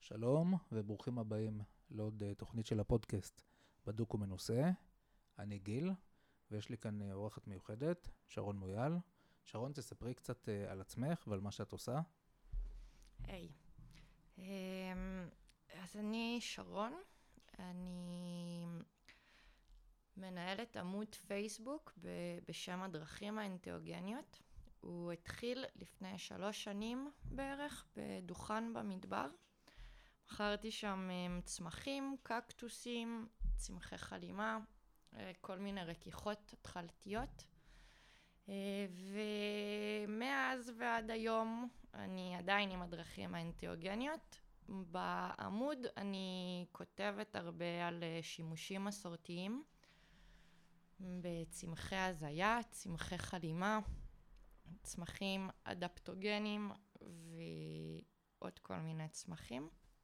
שלום וברוכים הבאים לעוד תוכנית של הפודקאסט בדוק ומנוסה. אני גיל ויש לי כאן אורחת מיוחדת, שרון מויאל. שרון, תספרי קצת על עצמך ועל מה שאת עושה. היי. אז אני שרון, אני מנהלת עמוד פייסבוק בשם הדרכים האנתאוגניות. הוא התחיל לפני 3 שנים בערך בדוכן במדבר. מכרתי שם צמחים, קקטוסים, צמחי חלימה, כל מיני רכיכות התחלתיות. ומאז ועד היום אני עדיין עם הדרכים האנתאוגניות. בעמוד אני כותבת הרבה על שימושים מסורתיים בצמחי הזיה, צמחי חלימה, צמחים אדפטוגנים ועוד כל מיני צמחים.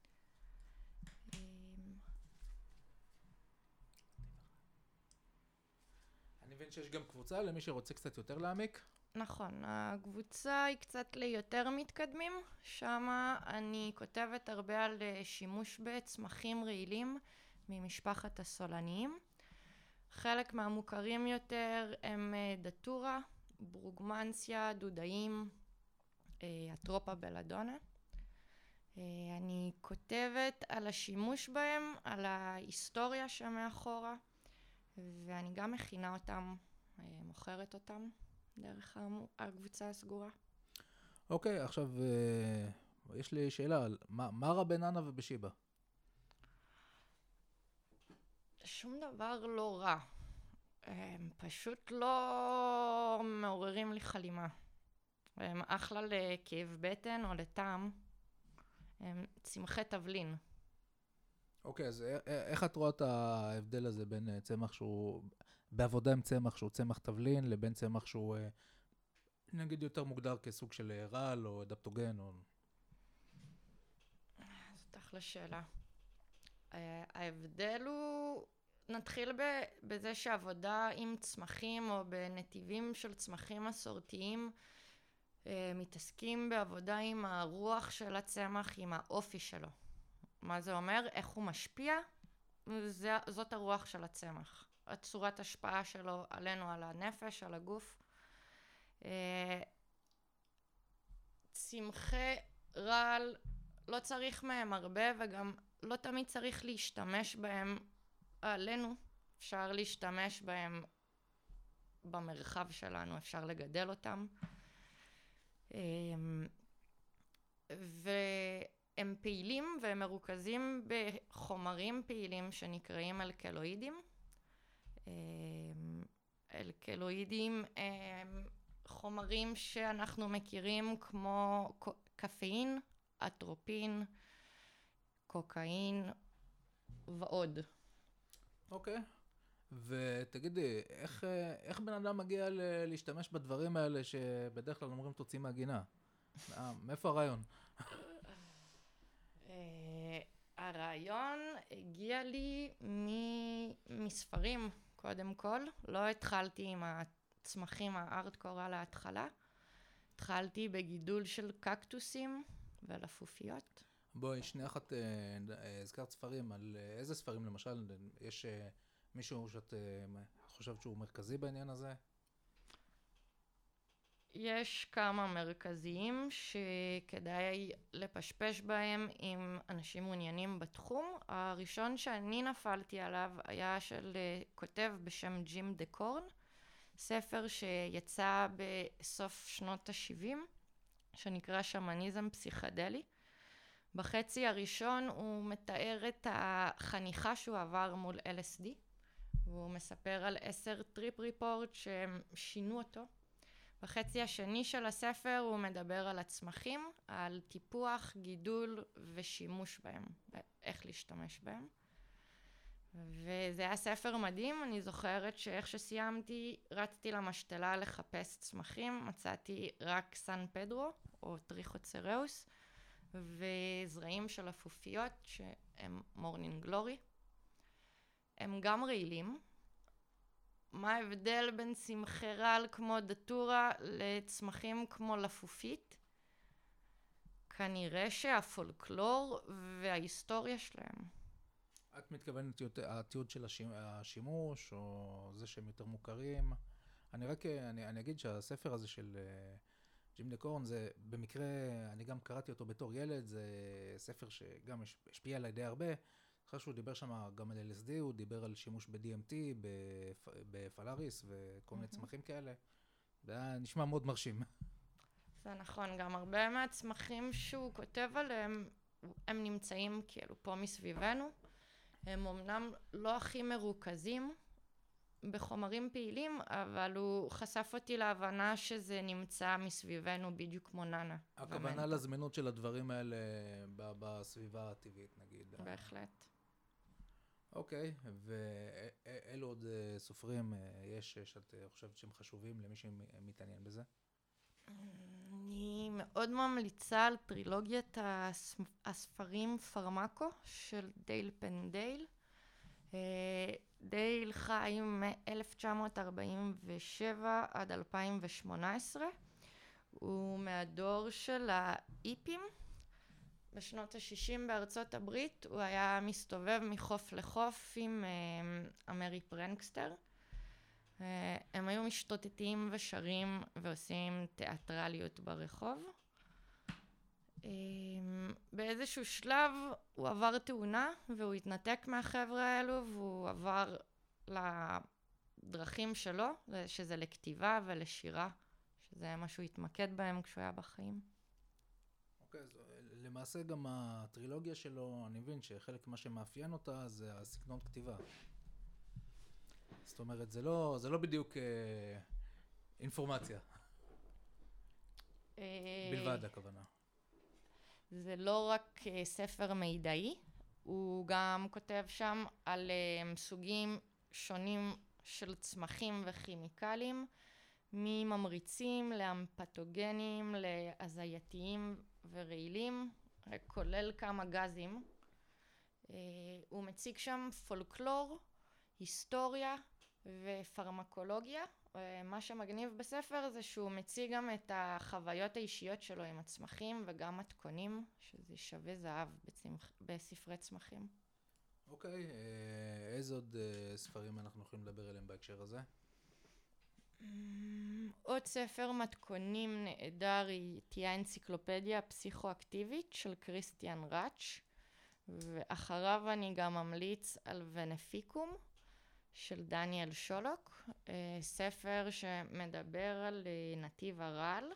אני מבין שיש גם קבוצה למי שרוצה קצת יותר להעמיק. נכון, הקבוצה היא קצת ליותר מתקדמים. שמה אני כותבת הרבה על שימוש בצמחים רעילים ממשפחת הסולניים. חלק מהמוכרים יותר הם דטורה, ברוגמנסיה, דודאים, אטרופה בלדונה. אני כותבת על השימוש בהם, על ההיסטוריה שמאחורה, ואני גם מכינה אותם, מוכרת אותם דרך הקבוצה הסגורה. אוקיי, עכשיו יש לי שאלה על מה רע בננה ובשיבה? שום דבר לא רע. הם פשוט לא מעוררים לי חלימה. הם אחלה לכאב בטן או לטעם. הם צמחי תבלין. אוקיי, אז איך את רואה את ההבדל הזה בין צמח שהוא, בעבודה עם צמח שהוא צמח תבלין, לבין צמח שהוא נגיד יותר מוגדר כסוג של רעל או אדפטוגן או... זאת אחלה שאלה. ההבדל הוא, נתחיל בזה שעבודה עם צמחים או בנתיבים של צמחים מסורתיים, מתעסקים בעבודה עם הרוח של הצמח, עם האופי שלו. מה זה אומר? איך הוא משפיע? זאת הרוח של הצמח. הצורת השפעה שלו עלינו, על הנפש, על הגוף. צמחי רעל, לא צריך מהם הרבה וגם לא תמיד צריך להשתמש בהם עלינו. אפשר להשתמש בהם במרחב שלנו, אפשר לגדל אותם. והם פעילים והם מרוכזים בחומרים פעילים שנקראים אלקלואידים. אלקלואידים הם חומרים שאנחנו מכירים כמו קפאין, אטרופין, קוקאין ועוד. אוקיי. ותגידי, איך בן אדם מגיע להשתמש בדברים האלה שבדרך כלל אומרים תוצאים מהגינה? מאיפה הרעיון? הרעיון הגיע לי מספרים קודם כל. לא התחלתי עם הצמחים הארדקור על ההתחלה. התחלתי בגידול של קקטוסים ולפופיות. בואי, שנייה אחת הזכרת ספרים, על איזה ספרים למשל? יש מישהו שאת חושבת שהוא מרכזי בעניין הזה? יש כמה מרכזיים שכדאי לפשפש בהם אם אנשים מעוניינים בתחום. הראשון שאני נפלתי עליו היה של כותב בשם ג'ים דקורן, ספר שיצא בסוף שנות ה-70, שנקרא שמניזם פסיכדלי. בחצי הראשון הוא מתאר את החניכה שהוא עבר מול LSD, והוא מספר על 10 טריפ ריפורט שהם שינו אותו. בחצי השני של הספר הוא מדבר על הצמחים, על טיפוח, גידול ושימוש בהם, איך להשתמש בהם. וזה היה ספר מדהים. אני זוכרת שאיך שסיימתי, רצתי למשתלה לחפש צמחים, מצאתי רק סן פדרו או טריכוצראוס, וזרעים של אפופיות שהם מורנינג גלורי. הם גם רעילים. מה ההבדל בין צמחי רעל כמו דטורה לצמחים כמו לפופית? כנראה שהפולקלור וההיסטוריה שלהם. את מתכוונת התיעוד של השימוש, או זה שהם יותר מוכרים? אני אגיד שהספר הזה של ג'ים דקורן, זה במקרה, אני גם קראתי אותו בתור ילד, זה ספר שגם השפיע עליי די הרבה. אחרי שהוא דיבר שם גם על LSD, הוא דיבר על שימוש ב-DMT, בפלאריס וכל מיני צמחים כאלה. זה היה נשמע מאוד מרשים. זה נכון, גם הרבה מהצמחים שהוא כותב עליהם, הם נמצאים כאילו פה מסביבנו. הם אמנם לא הכי מרוכזים בחומרים פעילים, אבל הוא חשף אותי להבנה שזה נמצא מסביבנו בדיוק כמו ננה. הכוונה לזמינות של הדברים האלה בסביבה הטבעית, נגיד. בהחלט. אוקיי, ואילו עוד סופרים יש שאת חושבת שהם חשובים למי שמתעניין בזה? אני מאוד ממליצה על טרילוגיית הספרים פרמקו של דייל פנדייל. דייל חי מ-1947 עד 2018. הוא מהדור של האיפים. בשנות ה-60 בארצות הברית הוא היה מסתובב מחוף לחוף עם אמרי פרנקסטר. הם היו משתותתים ושרים ועושים תיאטרליות ברחוב. באיזשהו שלב הוא עבר תאונה והוא התנתק מהחבר'ה האלו והוא עבר לדרכים שלו, שזה לכתיבה ולשירה, שזה מה שהוא התמקד בהם כשהוא היה בחיים. אוקיי, אז למעשה גם הטרילוגיה שלו, אני מבין שחלק מה שמאפיין אותה זה הסגנון כתיבה. זאת אומרת, זה לא בדיוק אינפורמציה. בלבד הכוונה. זה לא רק ספר מידעי, הוא גם כותב שם על סוגים שונים של צמחים וכימיקלים, מממריצים לאמפתוגנים, להזייתיים ורעילים, כולל כמה גזים. הוא מציג שם פולקלור, היסטוריה ופרמקולוגיה. מה שמגניב בספר זה שהוא מציג גם את החוויות האישיות שלו עם הצמחים וגם מתכונים, שזה שווה זהב בספרי צמחים. אוקיי, איזה עוד ספרים אנחנו יכולים לדבר עליהם בהקשר הזה? עוד ספר מתכונים נהדר תהיה האנציקלופדיה הפסיכואקטיבית של כריסטיאן ראץ', ואחריו אני גם ממליץ על ונפיקום של דניאל שולוק, ספר שמדבר על נתיב הרעל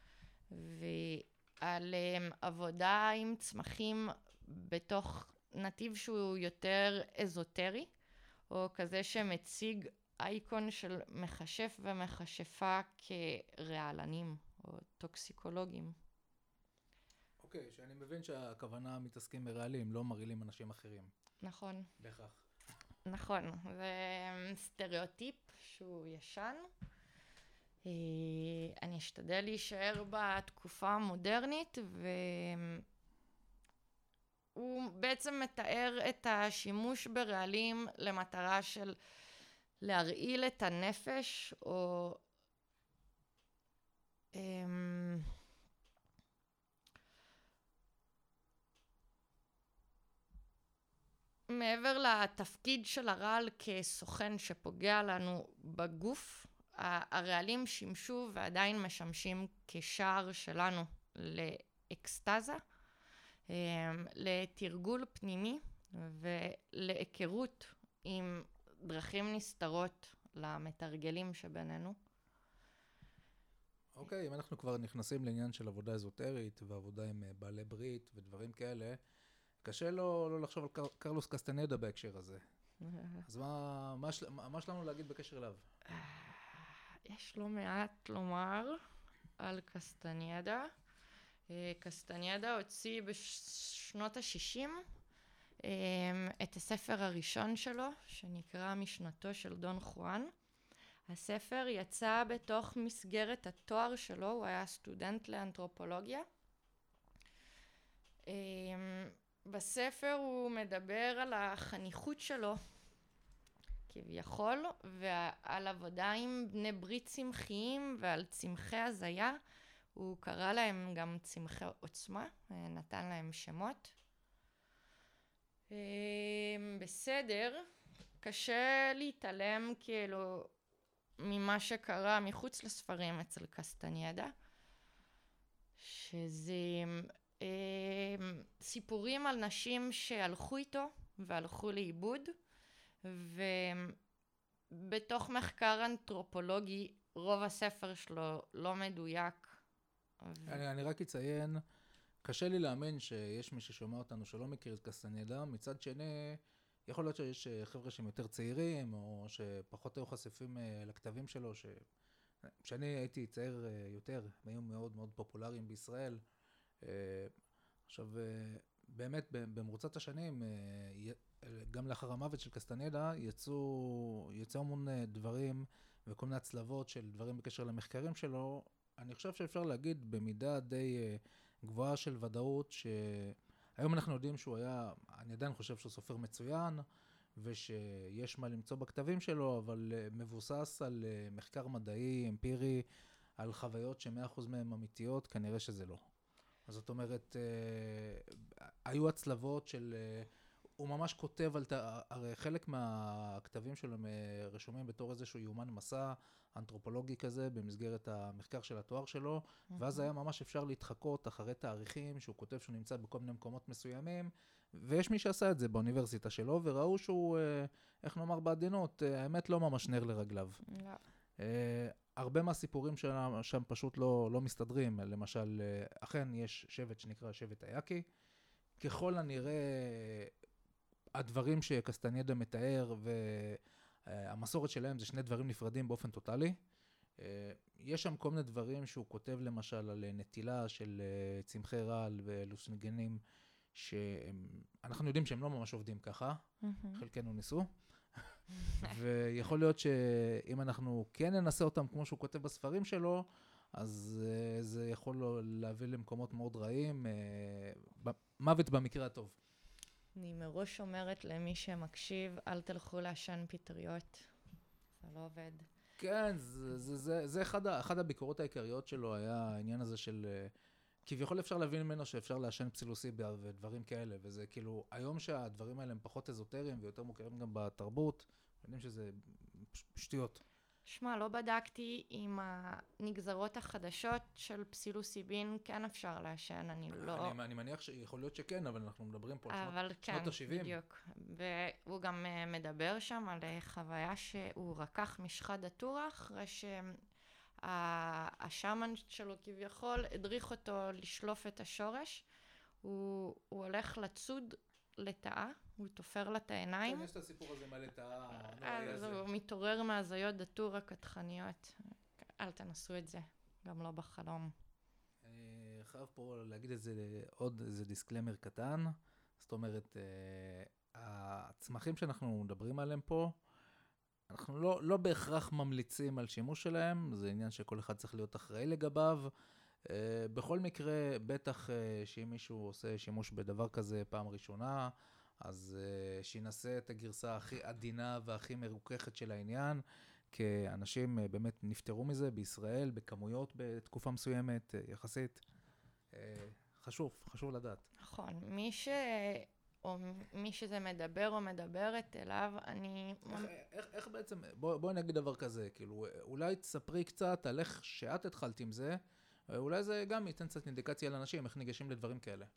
ועל עבודה עם צמחים בתוך נתיב שהוא יותר אזוטרי, או כזה שמציג אייקון של מכשף ומכשפה כרעלנים או טוקסיקולוגים. אוקיי, שאני מבין שהכוונה מתעסקים ברעלים, לא מרעילים אנשים אחרים. נכון. בהכרח. נכון, זה סטריאוטיפ שהוא ישן. אני אשתדל להישאר בתקופה המודרנית, והוא בעצם מתאר את השימוש ברעלים למטרה של להרעיל את הנפש, או מעבר לתפקיד של הרעל כסוכן שפוגע לנו בגוף, הרעלים שימשו ועדיין משמשים כשער שלנו לאקסטזה, לתרגול פנימי ולהיכרות עם דרכים נסתרות למתרגלים שבינינו. אוקיי, אם אנחנו כבר נכנסים לעניין של עבודה אזוטרית ועבודה עם בעלי ברית ודברים כאלה, קשה לא לחשוב על קרלוס קסטנדה בהקשר הזה. אז מה יש לנו להגיד בקשר אליו? יש לא מעט לומר על קסטנדה. קסטנדה הוציא בשנות ה-60 את הספר הראשון שלו, שנקרא משנתו של דון חואן. הספר יצא בתוך מסגרת התואר שלו, הוא היה סטודנט לאנתרופולוגיה. בספר הוא מדבר על החניכות שלו, כביכול, ועל עבודה עם בני ברית צמחיים ועל צמחי הזיה, הוא קרא להם גם צמחי עוצמה, נתן להם שמות. בסדר, קשה להתעלם כאילו ממה שקרה מחוץ לספרים אצל קסטניידה, שזה סיפורים על נשים שהלכו איתו והלכו לאיבוד, ובתוך מחקר אנתרופולוגי רוב הספר שלו לא מדויק. אני רק אציין, קשה לי להאמין שיש מי ששומע אותנו שלא מכיר את קסטניידה. מצד שני, יכול להיות שיש חבר'ה שהם יותר צעירים, או שפחות היו חשופים לכתבים שלו, כשאני הייתי צעיר יותר, הם היו מאוד מאוד פופולריים בישראל. עכשיו, באמת, במרוצת השנים, גם לאחר המוות של קסטניידה, יצאו המון דברים וכל מיני הצלבות של דברים בקשר למחקרים שלו. אני חושב שאפשר להגיד במידה די גבוהה של ודאות, שהיום אנחנו יודעים שהוא היה, אני עדיין חושב שהוא סופר מצוין, ושיש מה למצוא בכתבים שלו, אבל מבוסס על מחקר מדעי, אמפירי, על חוויות ש100% מהם אמיתיות, כנראה שזה לא. אז זאת אומרת, היו הצלבות של, הוא ממש כותב על, הרי חלק מהכתבים שלו רשומים בתור איזשהו יומן מסע אנתרופולוגי כזה, במסגרת המחקר של התואר שלו, ואז היה ממש אפשר להתחקות אחרי תאריכים, שהוא כותב שהוא נמצא בכל מיני מקומות מסוימים, ויש מי שעשה את זה באוניברסיטה שלו, וראו שהוא, איך נאמר בעדינות, האמת לא ממש נר לרגליו. הרבה מהסיפורים שם פשוט לא מסתדרים. למשל, אכן יש שבט שנקרא שבט אייקי. ככל הנראה, הדברים שקסטניידה מתאר והמסורת שלהם זה שני דברים נפרדים באופן טוטלי. יש שם כל מיני דברים שהוא כותב למשל על נטילה של צמחי רעל ולוסינוגנים, שאנחנו יודעים שהם לא ממש עובדים ככה, חלקנו ניסו. ויכול להיות שאם אנחנו כן ננסה אותם כמו שהוא כותב בספרים שלו, אז זה יכול להביא למקומות מאוד רעים, מוות במקרה הטוב. אני מראש אומרת למי שמקשיב, אל תלכו לעשן פטריות, זה לא עובד. כן, זה אחד הביקורות העיקריות שלו, היה העניין הזה של, כביכול אפשר להבין ממנו שאפשר לעשן פסילוסיביה ודברים כאלה, וזה כאילו, היום שהדברים האלה הם פחות אזוטריים ויותר מוכרים גם בתרבות, יודעים שזה שטויות. שמע, לא בדקתי אם הנגזרות החדשות של פסילוסיבין כן אפשר לעשן, אני לא... אני מניח שיכול להיות שכן, אבל אנחנו מדברים פה על שנות ה-70. אבל כן, בדיוק. והוא גם מדבר שם על חוויה שהוא רקח משחד דטורה, אחרי שהשמן שלו כביכול הדריך אותו לשלוף את השורש. הוא הולך לצוד לטאה, הוא תופר לה את העיניים. כן, יש את הסיפור הזה מה לטאה. אז הוא מתעורר מהזיות דטורה קטחניות. אל תנסו את זה, גם לא בחלום. אני חייב פה להגיד עוד איזה דיסקלמר קטן. זאת אומרת, הצמחים שאנחנו מדברים עליהם פה, אנחנו לא בהכרח ממליצים על שימוש שלהם, זה עניין שכל אחד צריך להיות אחראי לגביו. בכל מקרה, בטח שאם מישהו עושה שימוש בדבר כזה פעם ראשונה, אז שינסה את הגרסה הכי עדינה והכי מרוככת של העניין, כי אנשים באמת נפטרו מזה בישראל, בכמויות בתקופה מסוימת יחסית. חשוב לדעת. נכון, מי שזה מדבר או מדברת אליו, איך בעצם, בואי נגיד דבר כזה, כאילו, אולי תספרי קצת על איך שאת התחלת עם זה, אולי זה גם ייתן קצת אינדיקציה לאנשים, איך ניגשים לדברים כאלה.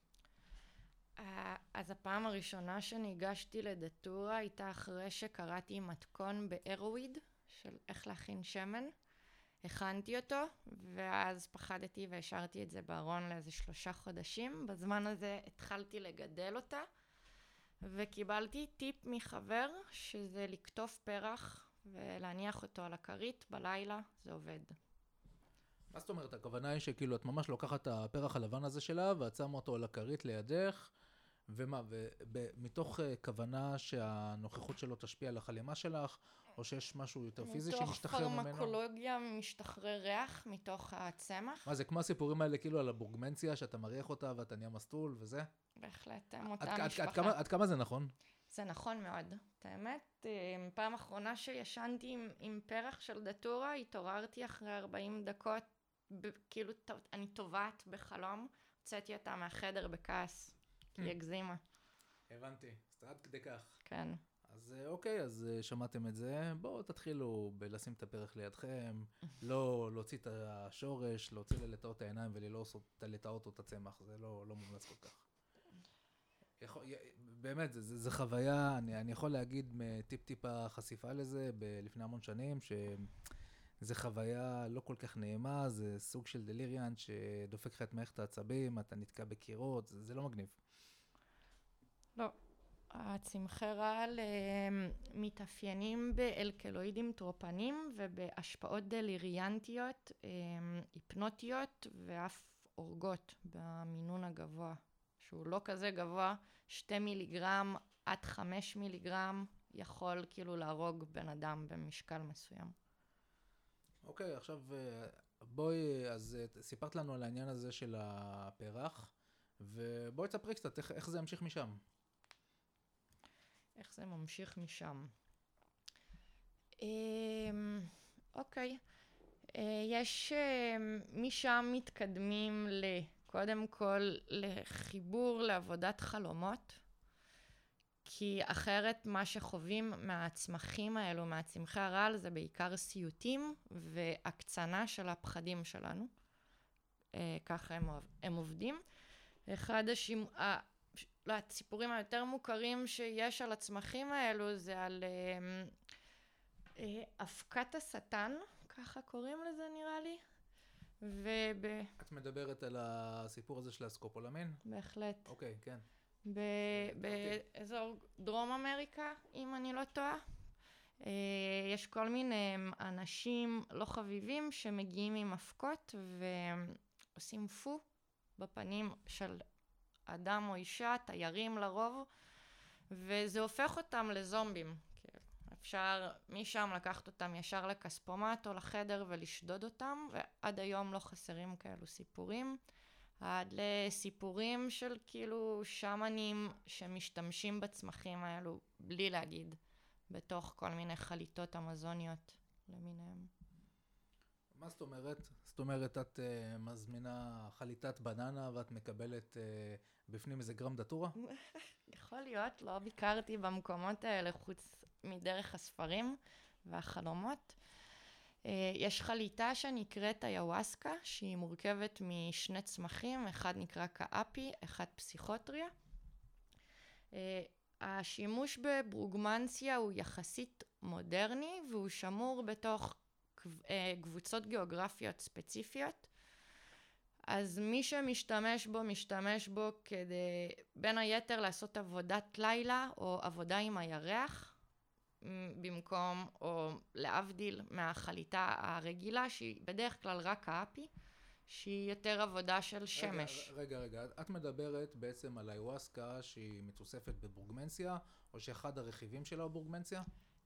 אז הפעם הראשונה שניגשתי לדטורה הייתה אחרי שקראתי מתכון באירוויד, של איך להכין שמן. הכנתי אותו, ואז פחדתי והשארתי את זה בארון לאיזה 3 חודשים. בזמן הזה התחלתי לגדל אותה, וקיבלתי טיפ מחבר, שזה לקטוף פרח ולהניח אותו על הכרית בלילה, זה עובד. מה זאת אומרת? הכוונה היא שכאילו את ממש לוקחת את הפרח הלבן הזה שלה, ואת שמה אותו על הכרית לידך, ומה, ומתוך כוונה שהנוכחות שלו תשפיע על החלימה שלך, או שיש משהו יותר פיזי שמשתחרר ממנו? מתוך פרמקולוגיה משתחרר ריח מתוך הצמח. מה זה, כמו הסיפורים האלה כאילו על הבורגמנציה, שאתה מריח אותה ואתה נהיה מסטול וזה? בהחלט, הם אותה משפחה. עד כמה זה נכון? זה נכון מאוד. את האמת, פעם אחרונה שישנתי עם פרח של דטורה, התעוררתי אחרי 40 דקות כאילו, אני טובעת בחלום, הוצאתי אותה מהחדר בכעס, כי היא הגזימה. הבנתי, אז עד כדי כך. כן. אז אוקיי, אז שמעתם את זה, בואו תתחילו בלשים את הפרח לידכם, לא להוציא את השורש, להוציא ללטאות העיניים וללעוס את הלטאות או את הצמח, זה לא מומלץ כל כך. באמת, זה חוויה, אני יכול להגיד מטיפ-טיפה חשיפה לזה, לפני המון שנים, שזה חוויה לא כל כך נעימה, זה סוג של דליריאנט שדופק לך את מערכת העצבים, אתה נתקע בקירות, זה לא מגניב. לא. הצמחי רעל מתאפיינים באלקלואידים טרופנים ובהשפעות דליריאנטיות, היפנוטיות ואף הורגות במינון הגבוה, שהוא לא כזה גבוה, 2 מיליגרם עד 5 מיליגרם יכול כאילו להרוג בן אדם במשקל מסוים. אוקיי, עכשיו בואי, אז סיפרת לנו על העניין הזה של הפרח, ובואי תספרי קצת איך זה ימשיך משם. איך זה ממשיך משם? אוקיי. יש משם מתקדמים קודם כל לחיבור לעבודת חלומות, כי אחרת מה שחווים מהצמחים האלו, מהצמחי הרעל, זה בעיקר סיוטים והקצנה של הפחדים שלנו. ככה הם עובדים. אחד הסיפורים היותר מוכרים שיש על הצמחים האלו זה על אבקת השטן, ככה קוראים לזה נראה לי. את מדברת על הסיפור הזה של הסקופולמין? בהחלט. אוקיי, כן. באזור דרום אמריקה, אם אני לא טועה. יש כל מיני אנשים לא חביבים שמגיעים עם אבקות ועושים פו בפנים של אדם או אישה, תיירים לרוב, וזה הופך אותם לזומבים. אפשר משם לקחת אותם ישר לכספומט או לחדר ולשדוד אותם, ועד היום לא חסרים כאלו סיפורים. עד לסיפורים של כאילו שמנים שמשתמשים בצמחים האלו, בלי להגיד, בתוך כל מיני חליטות אמזוניות למיניהם. מה זאת אומרת? זאת אומרת, את מזמינה חליטת בננה ואת מקבלת בפנים איזה גרם דטורה? יכול להיות, לא ביקרתי במקומות האלה חוץ מדרך הספרים והחלומות. יש חליטה שנקראת איוואסקה, שהיא מורכבת משני צמחים, אחד נקרא קאפי, אחד פסיכוטריה. השימוש בברוגמנסיה הוא יחסית מודרני, והוא שמור בתוך קבוצות גיאוגרפיות ספציפיות. אז מי משתמש בו כדי בין היתר לעשות עבודת לילה או עבודה עם הירח, במקום או להבדיל מהחליטה הרגילה שהיא בדרך כלל רק קאפי, שהיא יותר עבודה של שמש. רגע, את מדברת בעצם על איוואסקה שהיא מתוספת בבורגמנסיה, או שאחד הרכיבים שלה הוא בורגמנסיה?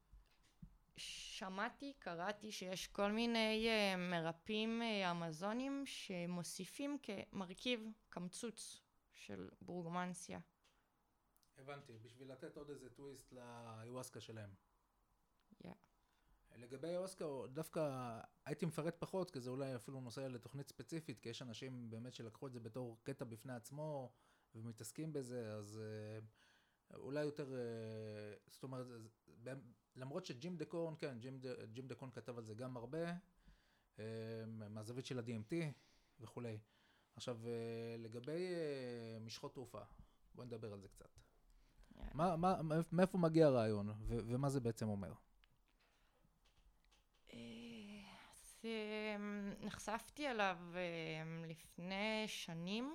שמעתי, קראתי שיש כל מיני מרפאים אמזונים שמוסיפים כמרכיב קמצוץ של בורגמנסיה. הבנתי, בשביל לתת עוד איזה טוויסט לאיוואסקה שלהם. Yeah. לגבי איוואסקה, דווקא הייתי מפרט פחות, כי זה אולי אפילו נושא לתוכנית ספציפית, כי יש אנשים באמת שלקחו את זה בתור קטע בפני עצמו, ומתעסקים בזה, אז אולי יותר, זאת אומרת, למרות שג'ים דקורן, כן, ג'ים דקורן כתב על זה גם הרבה, מהזווית של ה-DMT וכולי. עכשיו, לגבי משחות תעופה, בואו נדבר על זה קצת. מאיפה מגיע הרעיון, ומה זה בעצם אומר? נחשפתי אליו לפני שנים,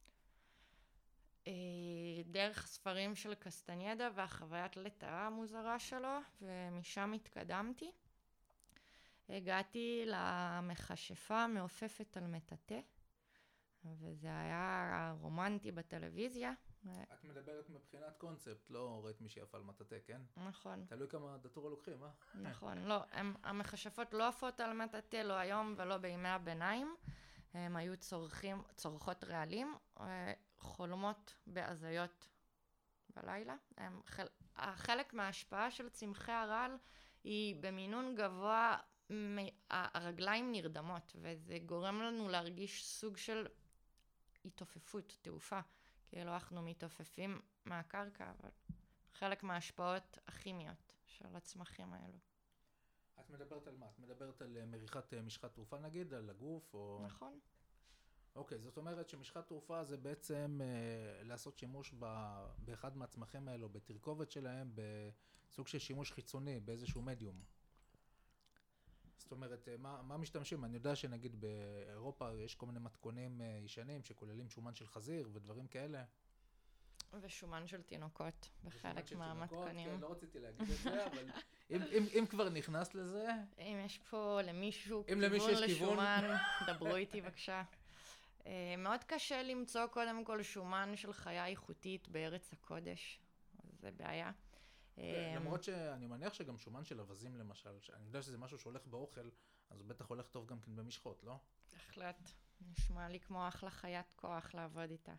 דרך ספרים של קסטניידה והחוויית לטאה המוזרה שלו, ומשם התקדמתי. הגעתי למכשפה המעופפת על מטאטא, וזה היה רומנטי בטלוויזיה. את מדברת מבחינת קונספט, לא ראית מישהי עפה על מטאטא, כן? נכון. תלוי כמה דטורה לוקחים, נכון, לא, המכשפות לא עפות על מטאטא, לא היום ולא בימי הביניים. הם היו צורכות רעלים, חולמות בהזיות בלילה. החלק מההשפעה של צמחי הרעל היא במינון גבוה הרגליים נרדמות, וזה גורם לנו להרגיש סוג של התעופפות, תעופה. כאילו אנחנו מתעופפים מהקרקע, אבל חלק מההשפעות הכימיות של הצמחים האלו. את מדברת על מה? את מדברת על מריחת משחת תעופה נגיד, על הגוף או... נכון. אוקיי, זאת אומרת שמשחת תעופה זה בעצם לעשות שימוש באחד מהצמחים האלו, בתרכובת שלהם, בסוג של שימוש חיצוני, באיזשהו מדיום. זאת אומרת, מה משתמשים? אני יודע שנגיד באירופה יש כל מיני מתכונים ישנים שכוללים שומן של חזיר ודברים כאלה. ושומן של תינוקות בחלק מהמתכונים. כן, לא רציתי להגיד את זה, אבל אם כבר נכנס לזה... אם יש פה למישהו כיוון לשומן, דברו איתי בבקשה. מאוד קשה למצוא קודם כל שומן של חיה איכותית בארץ הקודש. זה בעיה. למרות שאני מניח שגם שומן של אבזים למשל, אני יודע שזה משהו שהולך באוכל, אז הוא בטח הולך טוב גם כן במשחות, לא? בהחלט. נשמע לי כמו אחלה חיית כוח לעבוד איתה.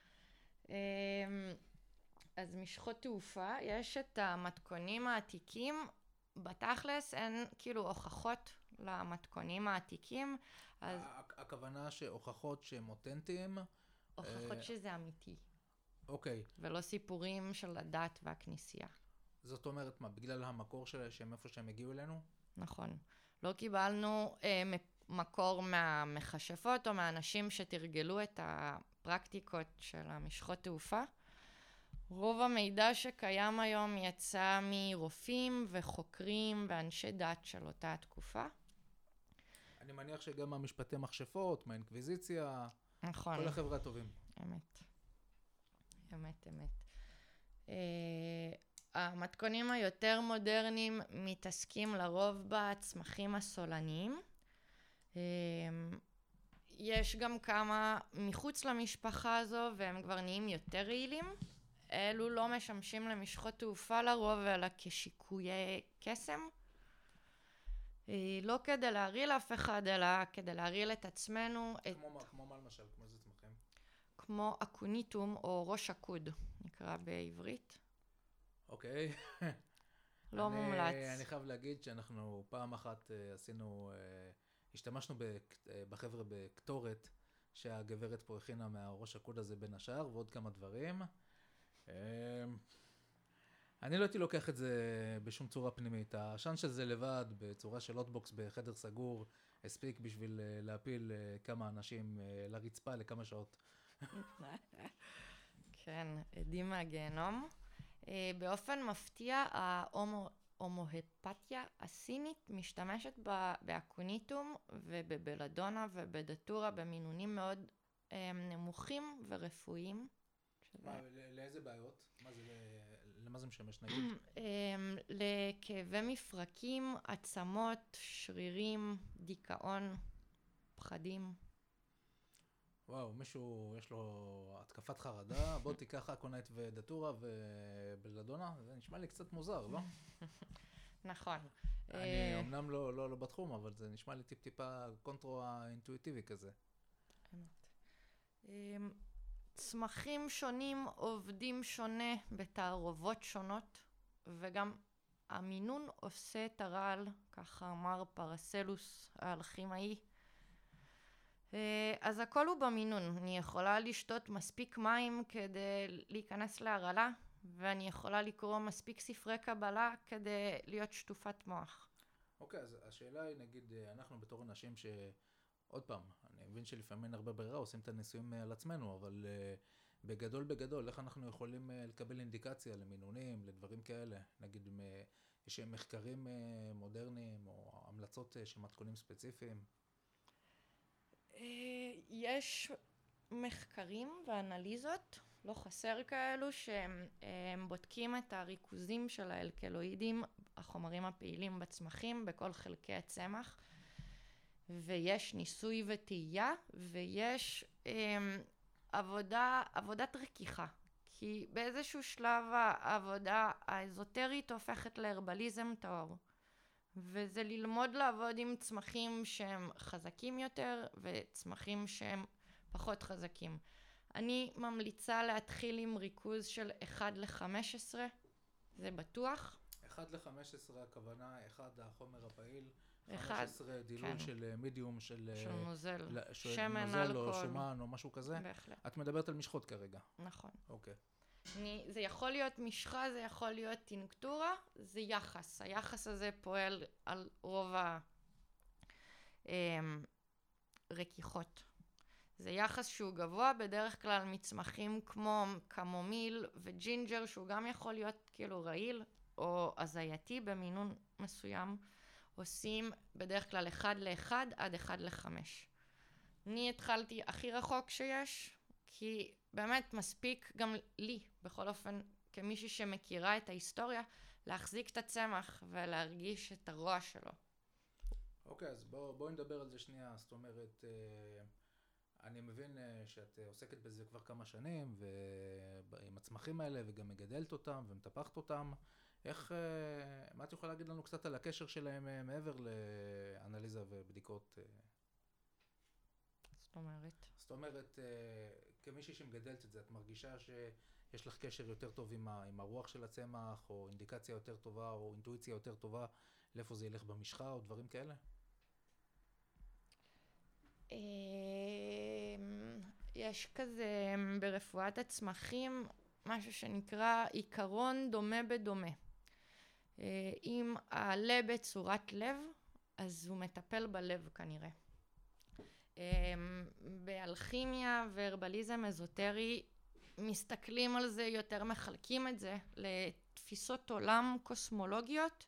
אז משחות תעופה, יש את המתכונים העתיקים, בתכלס אין כאילו הוכחות למתכונים העתיקים. אז... הכוונה שהוכחות שהם אותנטיים? הוכחות שזה אמיתי. אוקיי. ולא סיפורים של הדת והכנסייה. זאת אומרת מה, בגלל המקור שלהם איפה שהם הגיעו אלינו? נכון. לא קיבלנו מקור מהמכשפות או מהאנשים שתרגלו את הפרקטיקות של המשחות תעופה. רוב המידע שקיים היום יצא מרופאים וחוקרים ואנשי דת של אותה התקופה. אני מניח שגם המשפטי מכשפות, מהאינקוויזיציה, נכון. כל החבר'ה הטובים. אמת. המתכונים היותר מודרניים מתעסקים לרוב בצמחים הסולניים. יש גם כמה מחוץ למשפחה הזו והם כבר נהיים יותר רעילים. אלו לא משמשים למשחות תעופה לרוב אלא כשיקויי קסם. לא כדי להרעיל אף אחד אלא כדי להרעיל את עצמנו. כמו מה למשל? כמו איזה צמחים? כמו אקוניטום או ראש עקוד נקרא בעברית. אוקיי. לא מומלץ. אני חייב להגיד שאנחנו פעם אחת השתמשנו בחבר'ה בקטורת שהגברת פה הכינה מהראש עקוד הזה בין השאר ועוד כמה דברים. אני לא הייתי לוקח את זה בשום צורה פנימית. העשן של זה לבד בצורה של לוטבוקס בחדר סגור הספיק בשביל להפיל כמה אנשים לרצפה לכמה שעות. כן, עדים מהגיהנום. באופן מפתיע, ההומואפתיה הסינית משתמשת באקוניטום ובבלדונה ובדטורה במינונים מאוד נמוכים ורפואיים. לאיזה בעיות? למה זה משמש נגיד? לכאבי מפרקים, עצמות, שרירים, דיכאון, פחדים. וואו, מישהו יש לו התקפת חרדה, בוא תיקח אקונייט ודטורה ובלדונה, זה נשמע לי קצת מוזר, לא? נכון. אני אמנם לא בתחום, אבל זה נשמע לי טיפה קונטרו-אינטואיטיבי כזה. צמחים שונים עובדים שונה בתערובות שונות, וגם המינון עושה את הרעל, ככה אמר פרסלוס האלכימאי. אז הכל הוא במינון. אני יכולה לשתות מספיק מים כדי להיכנס להרעלה, ואני יכולה לקרוא מספיק ספרי קבלה כדי להיות שטופת מוח. אוקיי, אז השאלה היא, נגיד, אנחנו בתור אנשים עוד פעם, אני מבין שלפעמים אין הרבה ברירה, עושים את הניסויים על עצמנו, אבל בגדול, איך אנחנו יכולים לקבל אינדיקציה למינונים, לדברים כאלה? נגיד, יש מחקרים מודרניים או המלצות של מתכונים ספציפיים? יש מחקרים ואנליזות, לא חסר כאלו, שהם בודקים את הריכוזים של האלקלואידים, החומרים הפעילים בצמחים, בכל חלקי הצמח, ויש ניסוי וטעייה, ויש עבודת רכיחה. כי באיזשהו שלב העבודה האזוטרית הופכת להרבליזם טהור. וזה ללמוד לעבוד עם צמחים שהם חזקים יותר וצמחים שהם פחות חזקים. אני ממליצה להתחיל עם ריכוז של 1:15, זה בטוח. 1:15 הכוונה, 1 החומר הפעיל, אחד, 15 דילול כן. של מידיום של נוזל, של שמן, נוזל או אלכוהול. שומן או משהו כזה. בהחלט. את מדברת על משחות כרגע. נכון. אוקיי. זה יכול להיות משחה, זה יכול להיות טינקטורה, זה יחס. היחס הזה פועל על רוב הרכיחות. זה יחס שהוא גבוה, בדרך כלל מצמחים כמו קמומיל וג'ינג'ר, שהוא גם יכול להיות כאילו רעיל או הזייתי במינון מסוים, עושים בדרך כלל 1:1 עד 1:5. אני התחלתי הכי רחוק שיש, כי באמת מספיק גם לי, בכל אופן, כמישהי שמכירה את ההיסטוריה, להחזיק את הצמח ולהרגיש את הרוע שלו. אוקיי, אז בואי נדבר על זה שנייה. זאת אומרת, אני מבין שאת עוסקת בזה כבר כמה שנים, ועם הצמחים האלה, וגם מגדלת אותם ומטפחת אותם. מה את יכולה להגיד לנו קצת על הקשר שלהם מעבר לאנליזה ובדיקות? זאת אומרת, כמישהי שמגדלת את זה, את מרגישה שיש לך קשר יותר טוב עם הרוח של הצמח, או אינדיקציה יותר טובה, או אינטואיציה יותר טובה, לאיפה זה ילך במשחה, או דברים כאלה? יש כזה ברפואת הצמחים משהו שנקרא עיקרון דומה בדומה. אם העלה בצורת לב, אז הוא מטפל בלב כנראה. באלכימיה והרבליזם אזוטרי מסתכלים על זה יותר, מחלקים את זה לתפיסות עולם קוסמולוגיות,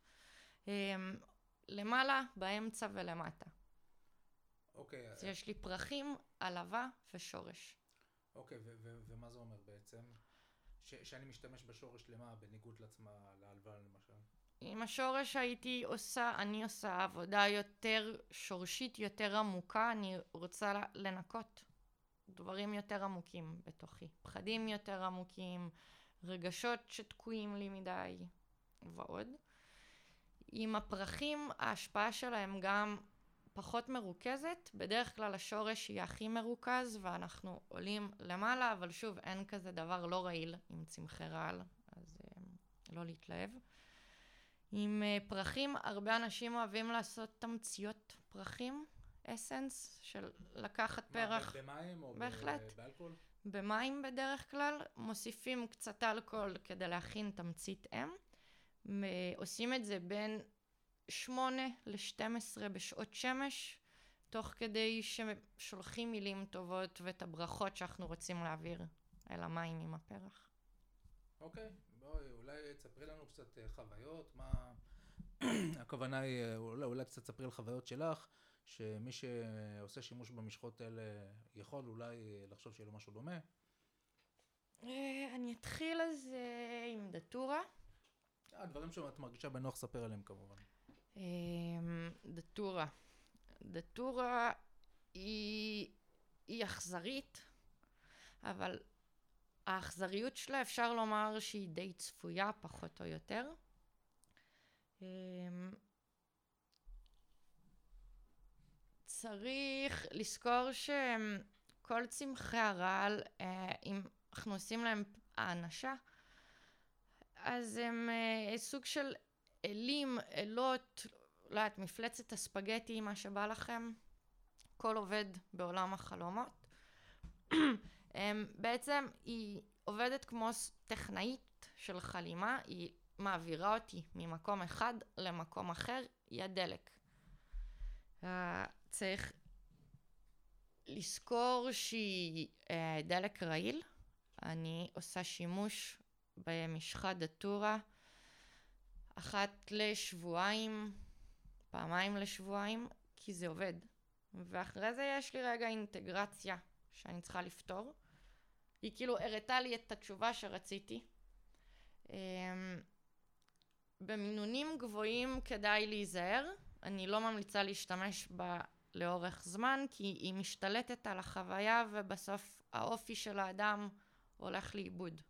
למעלה, באמצע ולמטה. אוקיי. אז יש לי פרחים, עלבה ושורש. אוקיי, ומה זה אומר בעצם? שאני משתמש בשורש למה, בניגוד לעלבה למשל? עם השורש אני עושה עבודה יותר שורשית, יותר עמוקה. אני רוצה לנקות דברים יותר עמוקים בתוכי. פחדים יותר עמוקים, רגשות שתקועים לי מדי ועוד. עם הפרחים, ההשפעה שלהם גם פחות מרוכזת. בדרך כלל השורש יהיה הכי מרוכז ואנחנו עולים למעלה, אבל שוב, אין כזה דבר לא רעיל עם צמחי רעל, אז לא להתלהב. עם פרחים, הרבה אנשים אוהבים לעשות תמציות פרחים, אסנס, של לקחת פרח. במים או בהחלט. באלכוהול? במים בדרך כלל, מוסיפים קצת אלכוהול כדי להכין תמצית עושים את זה בין 8 ל-12 בשעות שמש, תוך כדי ששולחים מילים טובות ואת הברכות שאנחנו רוצים להעביר אל המים עם הפרח. אוקיי, בואי, אולי תספרי לנו קצת חוויות, מה... הכוונה היא, אולי קצת תספרי על חוויות שלך, שמי שעושה שימוש במשחות האלה יכול אולי לחשוב שיהיה לו משהו דומה. אני אתחיל אז עם דטורה. הדברים שאת מרגישה בנוח ספר עליהם כמובן. דטורה היא אכזרית, אבל האכזריות שלה אפשר לומר שהיא די צפויה פחות או יותר. צריך לזכור שכל צמחי הרעל, אם אנחנו עושים להם האנשה, אז הם סוג של אלים, אלות, לא יודעת, מפלצת הספגטי, מה שבא לכם, כל עובד בעולם החלומות. בעצם היא עובדת כמו טכנאית של חלימה, היא מעבירה אותי ממקום אחד למקום אחר, היא הדלק. צריך לזכור שהיא דלק רעיל. אני עושה שימוש במשחת דטורה אחת לשבועיים, פעמיים לשבועיים, כי זה עובד. ואחרי זה יש לי רגע אינטגרציה שאני צריכה לפתור. היא כאילו הראתה לי את התשובה שרציתי. במינונים גבוהים כדאי להיזהר. אני לא ממליצה להשתמש בה לאורך זמן, כי היא משתלטת על החוויה ובסוף האופי של האדם הולך לאיבוד.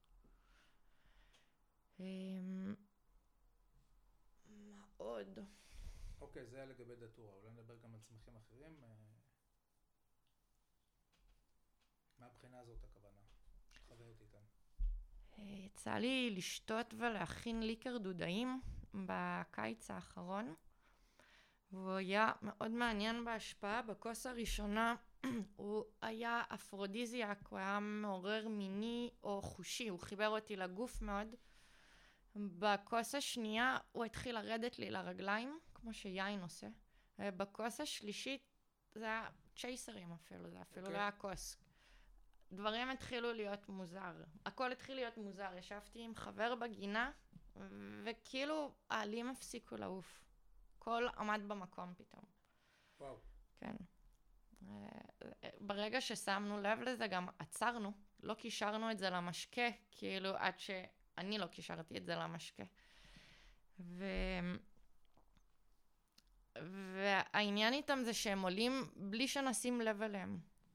מה עוד? אוקיי, זה היה לגבי דטורה. אולי נדבר גם על צמחים אחרים. מה הבחינה הזאת הכוונה? חוויות איתן. יצא לי לשתות ולהכין ליקר דודאים בקיץ האחרון, והוא היה מאוד מעניין בהשפעה. בכוס הראשונה הוא היה אפרודיזיאק, הוא היה מעורר מיני או חושי, הוא חיבר אותי לגוף מאוד. בכוס השנייה הוא התחיל לרדת לי לרגליים, כמו שיין עושה. בכוס השלישית זה היה צ'ייסרים אפילו, זה אפילו לא היה כוס. דברים התחילו להיות מוזר. הכל התחיל להיות מוזר. ישבתי עם חבר בגינה, וכאילו העלים הפסיקו לעוף. הכל עמד במקום פתאום. וואו. כן. ברגע ששמנו לב לזה גם עצרנו, לא קישרנו את זה למשקה, כאילו עד שאני לא קישרתי את זה למשקה. והעניין איתם זה שהם עולים בלי שנשים לב אליהם.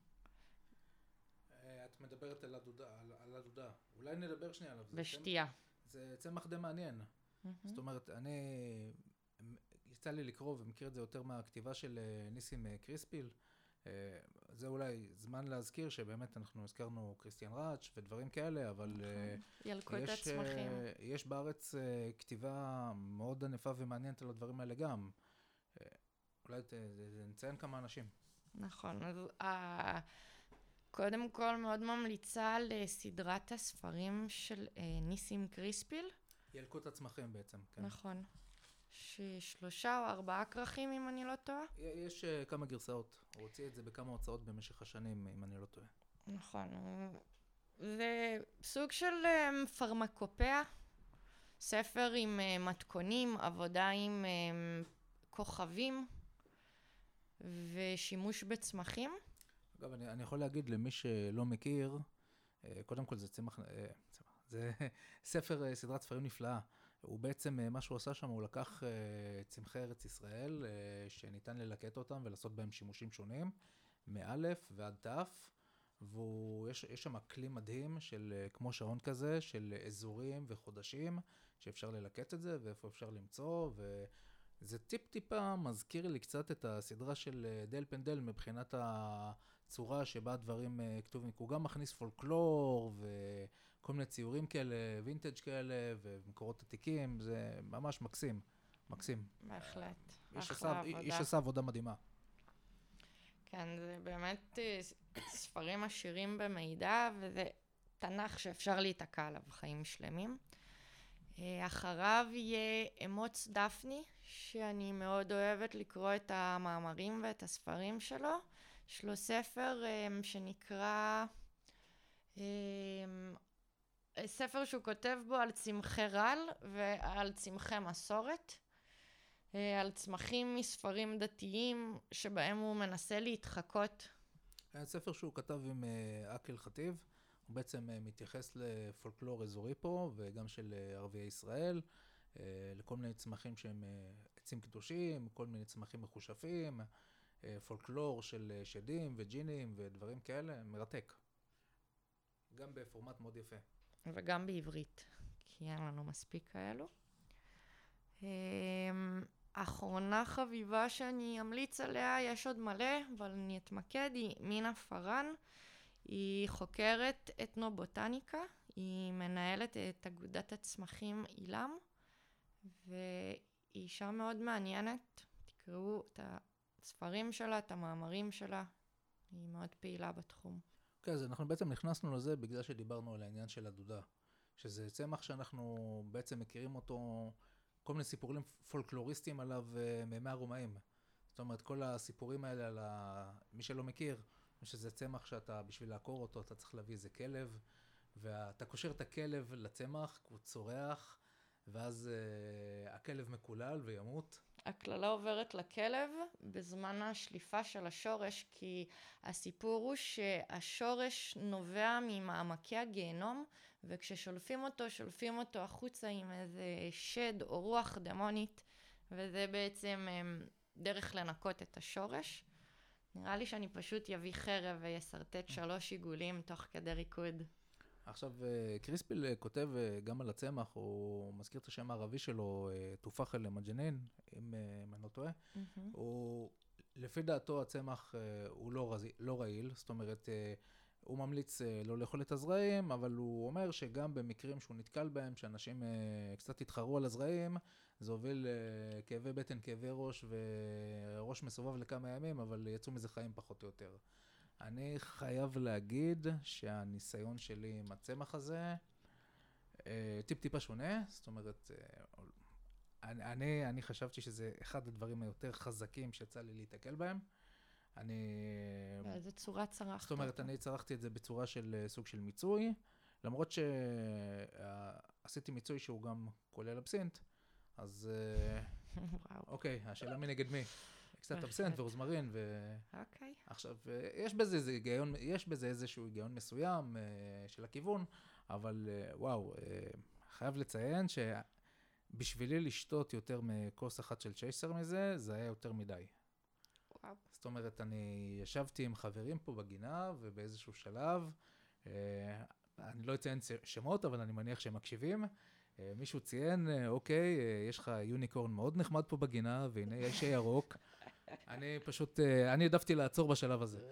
את מדברת על הדודה. אולי נדבר שנייה עליו. בשתייה. זה צמח די מעניין. זאת אומרת, יצא לי לקרוא ומכיר את זה יותר מהכתיבה של ניסים קריספיל. זה אולי זמן להזכיר שבאמת אנחנו הזכרנו קריסטיאן ראץ' ודברים כאלה, אבל יש בארץ כתיבה מאוד ענפה ומעניינת על הדברים האלה גם. אולי נציין כמה אנשים. נכון, אז קודם כל מאוד ממליצה לסדרת הספרים של ניסים קריספיל. ילקוט הצמחים בעצם, כן. נכון. 3 או 4 כרכים, אם אני לא טועה. יש כמה גרסאות. הוא הוציא את זה בכמה הוצאות במשך השנים, אם אני לא טועה. נכון. זה סוג של פרמקופיה. ספר עם מתכונים, עבודה עם כוכבים ושימוש בצמחים. אגב, אני יכול להגיד למי שלא מכיר, קודם כל זה סדרת ספרים נפלאה. הוא בעצם, מה שהוא עשה שם, הוא לקח צמחי ארץ ישראל, שניתן ללקט אותם ולעשות בהם שימושים שונים, מאלף ועד תף, ויש שם כלי מדהים של, כמו שעון כזה, של אזורים וחודשים, שאפשר ללקט את זה, ואיפה אפשר למצוא, וזה טיפה מזכיר לי קצת את הסדרה של דל פנדל, מבחינת הצורה שבה הדברים כתובים. הוא גם מכניס פולקלור, כל מיני ציורים כאלה, וינטג' כאלה, ומקורות עתיקים, זה ממש מקסים, מקסים. בהחלט, איש עשה עבודה מדהימה. כן, זה באמת ספרים עשירים במידע, וזה תנ"ך שאפשר להתעקע עליו חיים שלמים. אחריו יהיה אמוץ דפני, שאני מאוד אוהבת לקרוא את המאמרים ואת הספרים שלו. יש לו ספר שנקרא... ספר שהוא כותב בו על צמחי רעל ועל צמחי מסורת, על צמחים מספרים דתיים שבהם הוא מנסה להתחקות. ספר שהוא כתב עם אקל חטיב, הוא בעצם מתייחס לפולקלור אזורי פה וגם של ערביי ישראל, לכל מיני צמחים שהם עצים קדושים, כל מיני צמחים מחושפים, פולקלור של שדים וג'ינים ודברים כאלה, מרתק. גם בפורמט מאוד יפה. וגם בעברית, כי אין לנו מספיק כאלו. אחרונה חביבה שאני אמליץ עליה, יש עוד מלא, אבל אני אתמקד, היא מינה פארן. היא חוקרת אתנובוטניקה, היא מנהלת את אגודת הצמחים אילם, והיא אישה מאוד מעניינת. תקראו את הספרים שלה, את המאמרים שלה, היא מאוד פעילה בתחום. אוקיי, אז אנחנו בעצם נכנסנו לזה בגלל שדיברנו על העניין של הדודה, שזה צמח שאנחנו בעצם מכירים אותו, כל מיני סיפורים פולקלוריסטיים עליו מימי הרומאים. זאת אומרת, כל הסיפורים האלה על מי שלא מכיר, שזה צמח שאתה, בשביל לעקור אותו, אתה צריך להביא איזה כלב, ואתה קושר את הכלב לצמח, הוא צורח, ואז הכלב מקולל וימות. הכללה עוברת לכלב בזמן השליפה של השורש, כי הסיפור הוא שהשורש נובע ממעמקי הגיהנום, וכששולפים אותו, שולפים אותו החוצה עם איזה שד או רוח דמונית, וזה בעצם דרך לנקות את השורש. נראה לי שאני פשוט יביא חרב ויסרטט 3 עיגולים תוך כדי ריקוד. עכשיו, קריספיל כותב גם על הצמח, הוא מזכיר את השם הערבי שלו, תופח אל מג'נין, אם אני לא טועה. הוא, לפי דעתו הצמח הוא לא רעיל, זאת אומרת, הוא ממליץ לא לאכול את הזרעים, אבל הוא אומר שגם במקרים שהוא נתקל בהם, שאנשים קצת התחרו על הזרעים, זה הוביל כאבי בטן, כאבי ראש וראש מסובב לכמה ימים, אבל יצאו מזה חיים פחות או יותר. אני חייב להגיד שהניסיון שלי עם הצמח הזה טיפה שונה, זאת אומרת, אני חשבתי שזה אחד הדברים היותר חזקים שיצא לי להתקל בהם. באיזה צורה צרכת? זאת אומרת, אני צרכתי את זה בצורה של סוג של מיצוי, למרות שעשיתי מיצוי שהוא גם כולל אבסינט, אז אוקיי, השאלה מי נגד מי. קצת אבסינט ורוזמרין, אוקיי. עכשיו, יש בזה איזשהו היגיון מסוים של הכיוון, אבל וואו, חייב לציין שבשבילי לשתות יותר מכוס אחת של צ'ייסר מזה, זה היה יותר מדי. וואו. זאת אומרת, אני ישבתי עם חברים פה בגינה, ובאיזשהו שלב, אני לא אציין שמות, אבל אני מניח שהם מקשיבים, מישהו ציין, אוקיי, יש לך יוניקורן מאוד נחמד פה בגינה, והנה יש ירוק. אני העדפתי לעצור בשלב הזה.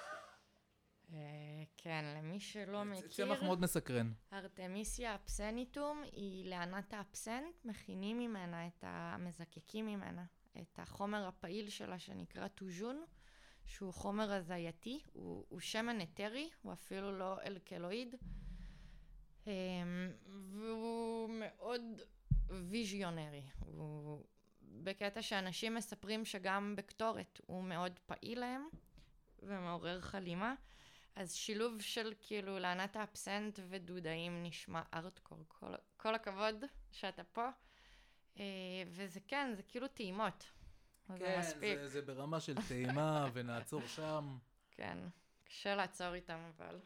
כן, למי שלא מכיר, צמח מאוד מסקרן. ארטמיסיה אפסניטום היא לענת האפסנט, מכינים ממנה מזקקים ממנה את החומר הפעיל שלה שנקרא טוז'ון, שהוא חומר הזייתי, הוא שמן אתרי, הוא אפילו לא אלקלואיד, והוא מאוד ויז'יונרי, הוא בקטע שאנשים מספרים שגם בקטורת הוא מאוד פעיל להם ומעורר חלימה, אז שילוב של כאילו לענת האפסנט ודודאים נשמע ארטקור, כל הכבוד שאתה פה, וזה כן, זה כאילו טעימות. כן, זה ברמה של טעימה ונעצור שם. כן, קשה לעצור איתם אבל.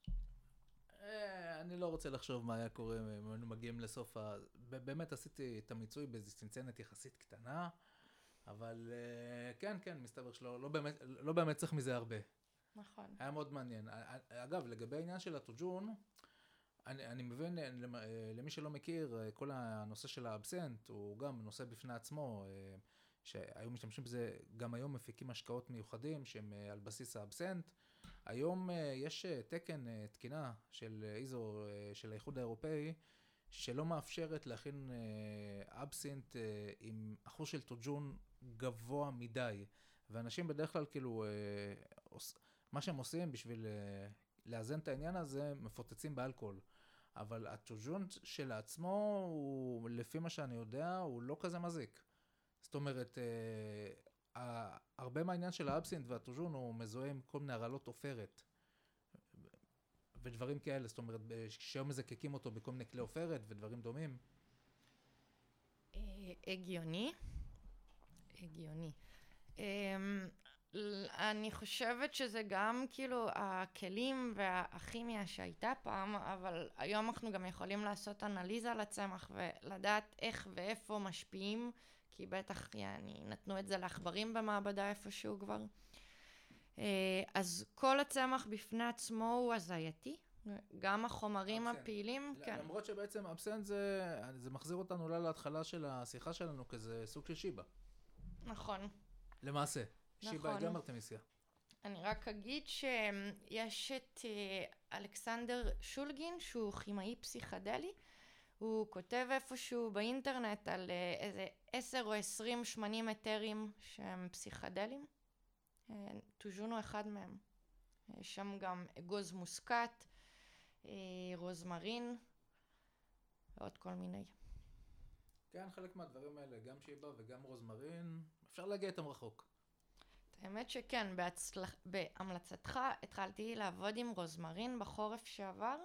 אני לא רוצה לחשוב מה היה קורה אם היינו מגיעים לסוף באמת עשיתי את המיצוי באיזו צנצנת יחסית קטנה, אבל כן, מסתבר לא באמת צריך מזה הרבה. נכון. היה מאוד מעניין. אגב, לגבי העניין של הטוג'ון, אני מבין, למי שלא מכיר, כל הנושא של האבסנט הוא גם נושא בפני עצמו, שהיום משתמשים בזה, גם היום מפיקים השקעות מיוחדים שהם על בסיס האבסנט. היום יש תקן תקינה של איזו של האיחוד האירופאי, שלא מאפשרת להכין אבסינט עם אחוז של טוג'ון גבוה מדי. ואנשים בדרך כלל כאילו, מה שהם עושים בשביל לאזן את העניין הזה, מפוצצים באלכוהול. אבל הטוג'ון של עצמו, הוא, לפי מה שאני יודע, הוא לא כזה מזיק. זאת אומרת, הרבה מהעניין של האבסינט והטוג'ון הוא מזוהה עם כל מיני הרעלות עופרת ודברים כאלה, זאת אומרת, שהיום מזקקים אותו בכל מיני כלי עופרת ודברים דומים. הגיוני. אני חושבת שזה גם כאילו הכלים והכימיה שהייתה פעם, אבל היום אנחנו גם יכולים לעשות אנליזה לצמח ולדעת איך ואיפה משפיעים, כי בטח נתנו את זה לעכברים במעבדה איפשהו כבר. אז כל הצמח בפני עצמו הוא הזייתי, גם החומרים הפעילים, כן. למרות שבעצם אבסנט זה מחזיר אותנו אולי להתחלה של השיחה שלנו כזה סוג של שיבה. נכון. למעשה, שיבה היא גם ארטמיסיה. אני רק אגיד שיש את אלכסנדר שולגין, שהוא כימאי פסיכדלי, הוא כותב איפשהו באינטרנט על איזה 10 או 20 שמנים אתרים שהם פסיכדלים. טוז'ון הוא אחד מהם. יש שם גם אגוז מוסקט, רוזמרין, ועוד כל מיני. כן, חלק מהדברים האלה, גם שיבה וגם רוזמרין, אפשר להגיע איתם רחוק. האמת שכן, בהמלצתך התחלתי לעבוד עם רוזמרין בחורף שעבר,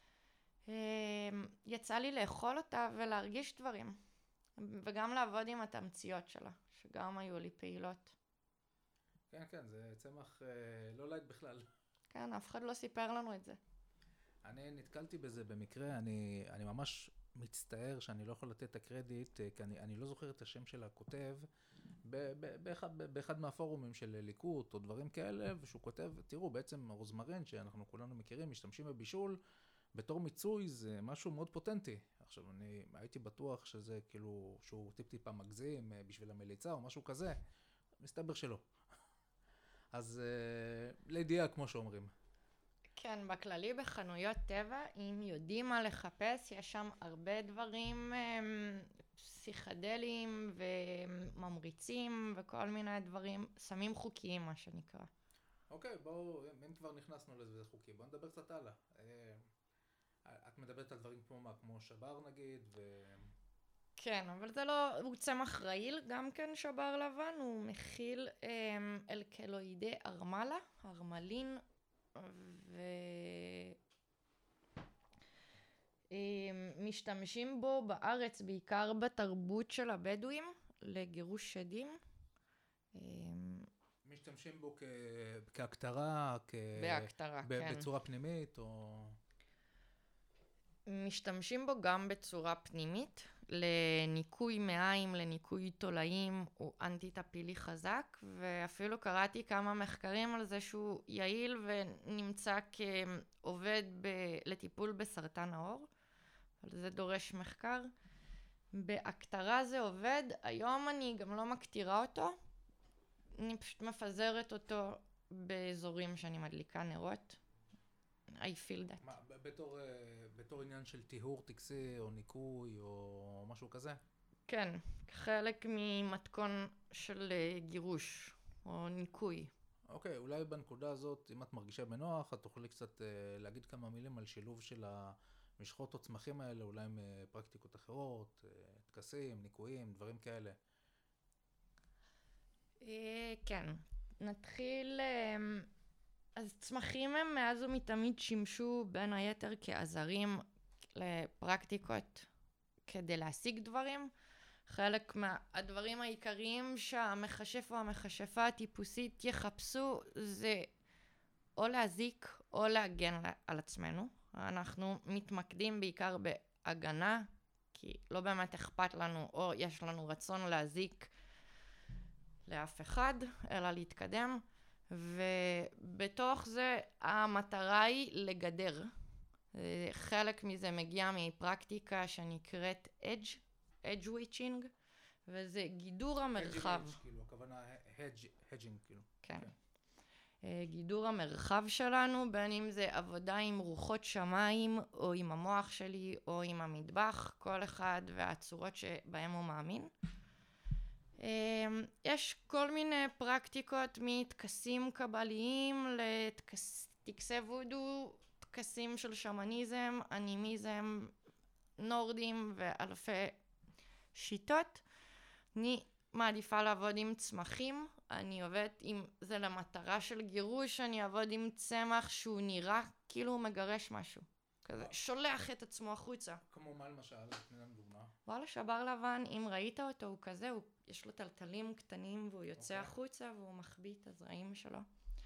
יצא לי לאכול אותה ולהרגיש דברים, וגם לעבוד עם התמציות שלה, שגם היו לי פעילות. כן, זה צמח לא לייט בכלל. כן, אף אחד לא סיפר לנו את זה. אני נתקלתי בזה במקרה, אני ממש מצטער שאני לא יכול לתת את הקרדיט, כי אני לא זוכר את השם של הכותב, באחד מהפורומים של ליקוט או דברים כאלה, ושהוא כותב, תראו, בעצם רוזמרין שאנחנו כולנו מכירים, משתמשים בבישול, בתור מיצוי זה משהו מאוד פוטנטי. עכשיו, אני הייתי בטוח שזה כאילו, שהוא טיפה מגזים בשביל המליצה או משהו כזה, מסתבר שלא. אז לידיעה, כמו שאומרים. כן, בכללי בחנויות טבע, אם יודעים מה לחפש, יש שם הרבה דברים פסיכדליים וממריצים וכל מיני דברים, סמים חוקיים מה שנקרא. אוקיי, בואו, אם כבר נכנסנו לזה חוקי, בואו נדבר קצת הלאה. את מדברת על דברים כמו מה? כמו שבר נגיד, כן, אבל זה לא, הוא צמח רעיל, גם כן שבר לבן, הוא מכיל אלקלואידי ארמלה, ארמלין, משתמשים בו בארץ בעיקר בתרבות של הבדואים לגירוש שדים. משתמשים בו כהקטרה, בהקטרה, כן. בצורה פנימית, או... משתמשים בו גם בצורה פנימית, לניקוי מעיים, לניקוי תולעים, הוא אנטי-טפילי חזק, ואפילו קראתי כמה מחקרים על זה שהוא יעיל ונמצא כעובד לטיפול בסרטן העור, אבל זה דורש מחקר. בהקטרה זה עובד, היום אני גם לא מקטירה אותו, אני פשוט מפזרת אותו באזורים שאני מדליקה נרות. I feel that. מה, בתור עניין של טיהור טקסי או ניקוי או משהו כזה? כן, חלק ממתכון של גירוש או ניקוי. אוקיי, אולי בנקודה הזאת, אם את מרגישה בנוח, את תוכלי קצת להגיד כמה מילים על שילוב של המשחות או צמחים האלה, אולי עם פרקטיקות אחרות, טקסים, ניקויים, דברים כאלה. כן, נתחיל. אז צמחים הם מאז ומתמיד שימשו בין היתר כעזרים לפרקטיקות כדי להשיג דברים. חלק מהדברים העיקריים שהמכשף או המכשפה הטיפוסית יחפשו זה או להזיק או להגן על עצמנו. אנחנו מתמקדים בעיקר בהגנה, כי לא באמת אכפת לנו או יש לנו רצון להזיק לאף אחד, אלא להתקדם. ובתוך זה המטרה היא לגדר. חלק מזה מגיע מפרקטיקה שנקראת edge witching, וזה גידור המרחב. כאילו, הכוונה hedging, כאילו. כן. גידור המרחב שלנו, בין אם זה עבודה עם רוחות שמיים, או עם המוח שלי, או עם המטבח, כל אחד והצורות שבהם הוא מאמין. יש כל מיני פרקטיקות מטקסים קבליים לטקסי וודו, טקסים של שמניזם, אנימיזם, נורדים ואלפי שיטות. אני מעדיפה לעבוד עם צמחים, אני עובדת עם זה למטרה של גירוש, אני אעבוד עם צמח שהוא נראה כאילו הוא מגרש משהו. כזה, שולח את עצמו החוצה. כמו מה למשל, תני לנו דוגמה. וואלה, שבר לבן, אם ראית אותו, הוא כזה, יש לו טלטלים קטנים, והוא יוצא החוצה, והוא מחביא את הזרעים שלו.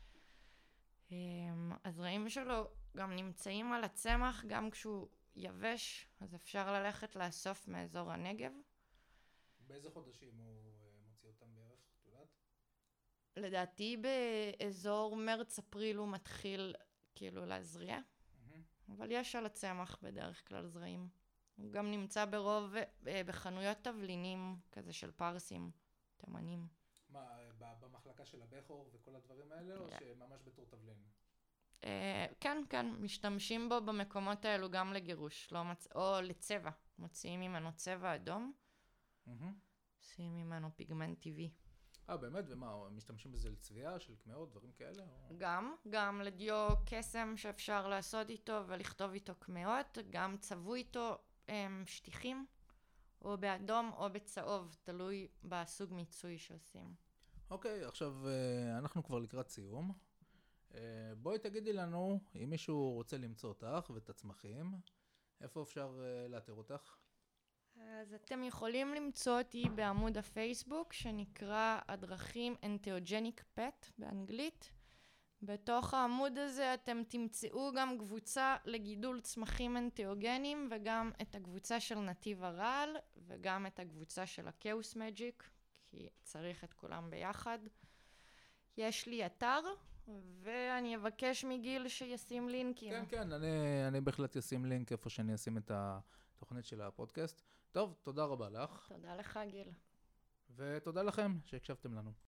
הזרעים שלו גם נמצאים על הצמח, גם כשהוא יבש, אז אפשר ללכת לאסוף מאזור הנגב. באיזה חודשים הוא מוציא אותם בערך, את יודעת? לדעתי באזור מרץ-אפריל הוא מתחיל כאילו להזריע, אבל יש על הצמח בדרך כלל זרעים. הוא גם נמצא ברוב בחנויות תבלינים כזה של פרסים, תימנים. מה, במחלקה של הבכור וכל הדברים האלה, או שממש בתור תבלין? כן, כן, משתמשים בו במקומות האלו גם לגירוש, או לצבע. מוציאים ממנו צבע אדום, עושים ממנו פיגמנט טבעי. באמת? ומה, משתמשים בזה לצביעה של קמאות, דברים כאלה? גם לדיו קסם שאפשר לעשות איתו ולכתוב איתו קמאות, גם צבעו איתו שטיחים, או באדום או בצהוב, תלוי בסוג מיצוי שעושים. אוקיי, עכשיו אנחנו כבר לקראת סיום. בואי תגידי לנו, אם מישהו רוצה למצוא אותך ואת הצמחים, איפה אפשר לאתר אותך? אז אתם יכולים למצוא אותי בעמוד הפייסבוק, שנקרא הדרכים אנתיאוג'ניק פט באנגלית. בתוך העמוד הזה אתם תמצאו גם קבוצה לגידול צמחים אנתיאוגנים, וגם את הקבוצה של נתיב הרעל, וגם את הקבוצה של הכאוס מג'יק, כי צריך את כולם ביחד. יש לי אתר, ואני אבקש מגיל שישים לינקים. כן, כן, אני בהחלט אשים לינק איפה שאני אשים את התוכנית של הפודקאסט. טוב, תודה רבה לך. תודה לך, גיל. ותודה לכם שהקשבתם לנו.